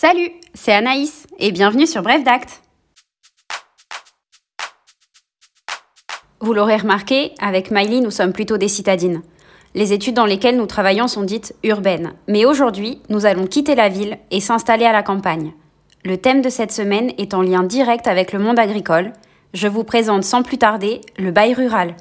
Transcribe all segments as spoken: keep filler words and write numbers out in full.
Salut, c'est Anaïs et bienvenue sur Bref d'Acte. Vous l'aurez remarqué, avec Miley, nous sommes plutôt des citadines. Les études dans lesquelles nous travaillons sont dites urbaines, mais aujourd'hui, nous allons quitter la ville et s'installer à la campagne. Le thème de cette semaine est en lien direct avec le monde agricole. Je vous présente sans plus tarder le bail rural.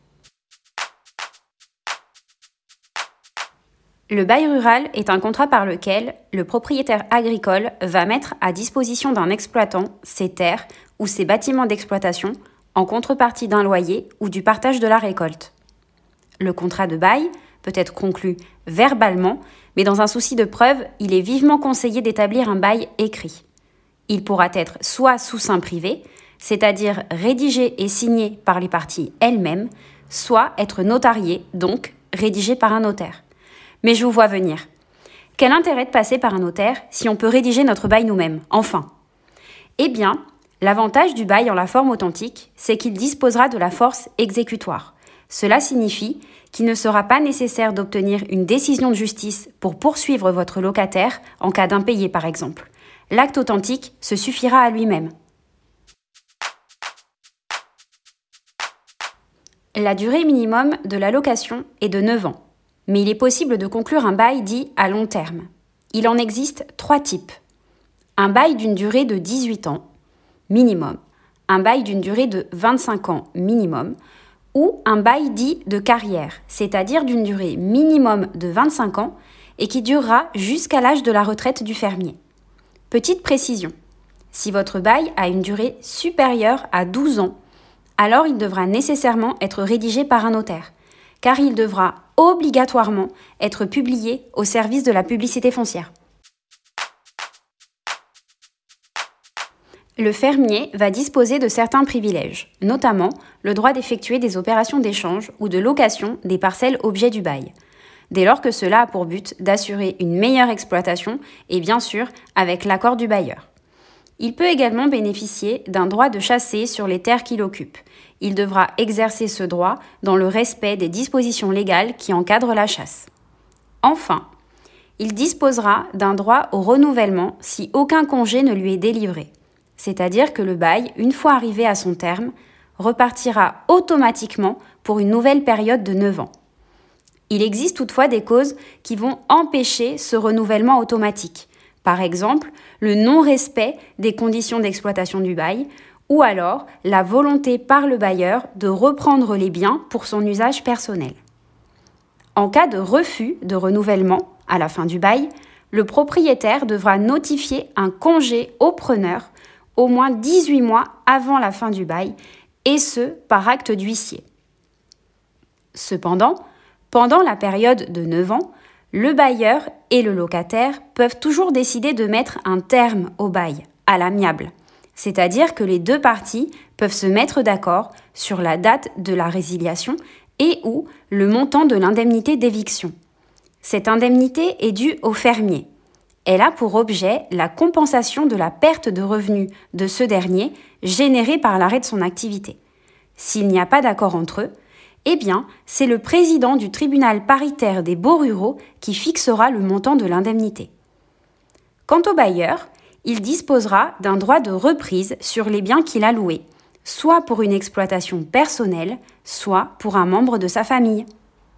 Le bail rural est un contrat par lequel le propriétaire agricole va mettre à disposition d'un exploitant ses terres ou ses bâtiments d'exploitation en contrepartie d'un loyer ou du partage de la récolte. Le contrat de bail peut être conclu verbalement, mais dans un souci de preuve, il est vivement conseillé d'établir un bail écrit. Il pourra être soit sous seing privé, c'est-à-dire rédigé et signé par les parties elles-mêmes, soit être notarié, donc rédigé par un notaire. Mais je vous vois venir. Quel intérêt de passer par un notaire si on peut rédiger notre bail nous-mêmes, enfin ? Eh bien, l'avantage du bail en la forme authentique, c'est qu'il disposera de la force exécutoire. Cela signifie qu'il ne sera pas nécessaire d'obtenir une décision de justice pour poursuivre votre locataire en cas d'impayé par exemple. L'acte authentique se suffira à lui-même. La durée minimum de la location est de neuf ans. Mais il est possible de conclure un bail dit à long terme. Il en existe trois types. Un bail d'une durée de dix-huit ans, minimum. Un bail d'une durée de vingt-cinq ans, minimum. Ou un bail dit de carrière, c'est-à-dire d'une durée minimum de vingt-cinq ans et qui durera jusqu'à l'âge de la retraite du fermier. Petite précision, si votre bail a une durée supérieure à douze ans, alors il devra nécessairement être rédigé par un notaire, car il devra obligatoirement être publié au service de la publicité foncière. Le fermier va disposer de certains privilèges, notamment le droit d'effectuer des opérations d'échange ou de location des parcelles objets du bail, dès lors que cela a pour but d'assurer une meilleure exploitation et bien sûr avec l'accord du bailleur. Il peut également bénéficier d'un droit de chasser sur les terres qu'il occupe. Il devra exercer ce droit dans le respect des dispositions légales qui encadrent la chasse. Enfin, il disposera d'un droit au renouvellement si aucun congé ne lui est délivré. C'est-à-dire que le bail, une fois arrivé à son terme, repartira automatiquement pour une nouvelle période de neuf ans. Il existe toutefois des causes qui vont empêcher ce renouvellement automatique. Par exemple, le non-respect des conditions d'exploitation du bail, ou alors la volonté par le bailleur de reprendre les biens pour son usage personnel. En cas de refus de renouvellement à la fin du bail, le propriétaire devra notifier un congé au preneur au moins dix-huit mois avant la fin du bail, et ce, par acte d'huissier. Cependant, pendant la période de neuf ans, le bailleur et le locataire peuvent toujours décider de mettre un terme au bail, à l'amiable. C'est-à-dire que les deux parties peuvent se mettre d'accord sur la date de la résiliation et ou le montant de l'indemnité d'éviction. Cette indemnité est due au fermier. Elle a pour objet la compensation de la perte de revenus de ce dernier générée par l'arrêt de son activité. S'il n'y a pas d'accord entre eux, eh bien, c'est le président du tribunal paritaire des baux ruraux qui fixera le montant de l'indemnité. Quant au bailleur, il disposera d'un droit de reprise sur les biens qu'il a loués, soit pour une exploitation personnelle, soit pour un membre de sa famille.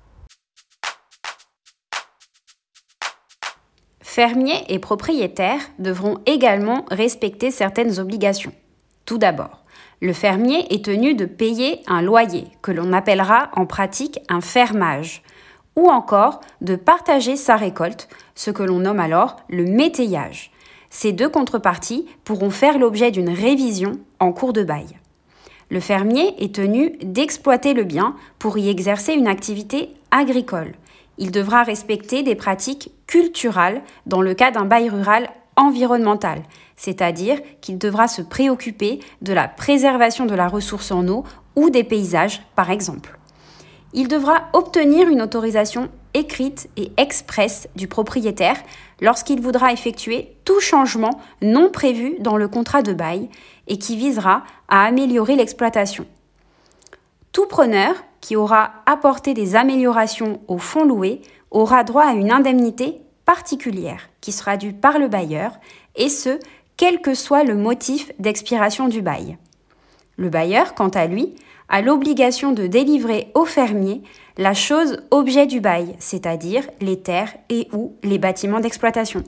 Fermiers et propriétaires devront également respecter certaines obligations. Tout d'abord, le fermier est tenu de payer un loyer, que l'on appellera en pratique un fermage, ou encore de partager sa récolte, ce que l'on nomme alors le métayage. Ces deux contreparties pourront faire l'objet d'une révision en cours de bail. Le fermier est tenu d'exploiter le bien pour y exercer une activité agricole. Il devra respecter des pratiques culturales dans le cas d'un bail rural environnemental, c'est-à-dire qu'il devra se préoccuper de la préservation de la ressource en eau ou des paysages, par exemple. Il devra obtenir une autorisation écrite et expresse du propriétaire lorsqu'il voudra effectuer tout changement non prévu dans le contrat de bail et qui visera à améliorer l'exploitation. Tout preneur qui aura apporté des améliorations au fonds loué aura droit à une indemnité particulière qui sera due par le bailleur et ce, quel que soit le motif d'expiration du bail. Le bailleur, quant à lui, a l'obligation de délivrer au fermier la chose objet du bail, c'est-à-dire les terres et ou les bâtiments d'exploitation.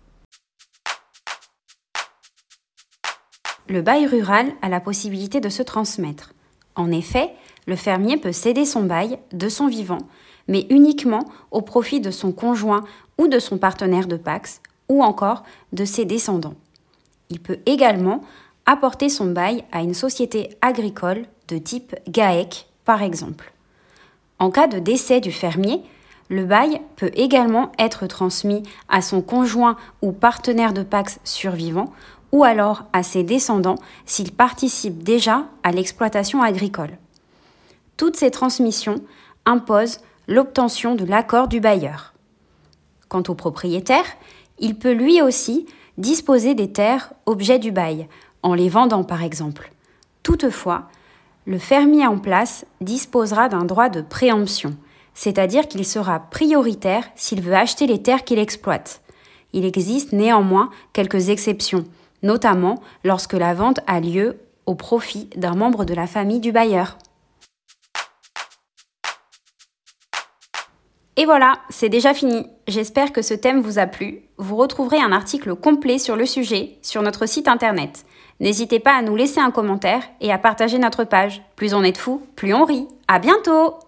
Le bail rural a la possibilité de se transmettre. En effet, le fermier peut céder son bail de son vivant, mais uniquement au profit de son conjoint ou de son partenaire de Pacs, ou encore de ses descendants. Il peut également apporter son bail à une société agricole de type GAEC, par exemple. En cas de décès du fermier, le bail peut également être transmis à son conjoint ou partenaire de Pacs survivant, ou alors à ses descendants s'ils participent déjà à l'exploitation agricole. Toutes ces transmissions imposent l'obtention de l'accord du bailleur. Quant au propriétaire, il peut lui aussi disposer des terres objets du bail, en les vendant par exemple. Toutefois, le fermier en place disposera d'un droit de préemption, c'est-à-dire qu'il sera prioritaire s'il veut acheter les terres qu'il exploite. Il existe néanmoins quelques exceptions, notamment lorsque la vente a lieu au profit d'un membre de la famille du bailleur. Et voilà, c'est déjà fini. J'espère que ce thème vous a plu. Vous retrouverez un article complet sur le sujet sur notre site internet. N'hésitez pas à nous laisser un commentaire et à partager notre page. Plus on est de fous, plus on rit. À bientôt!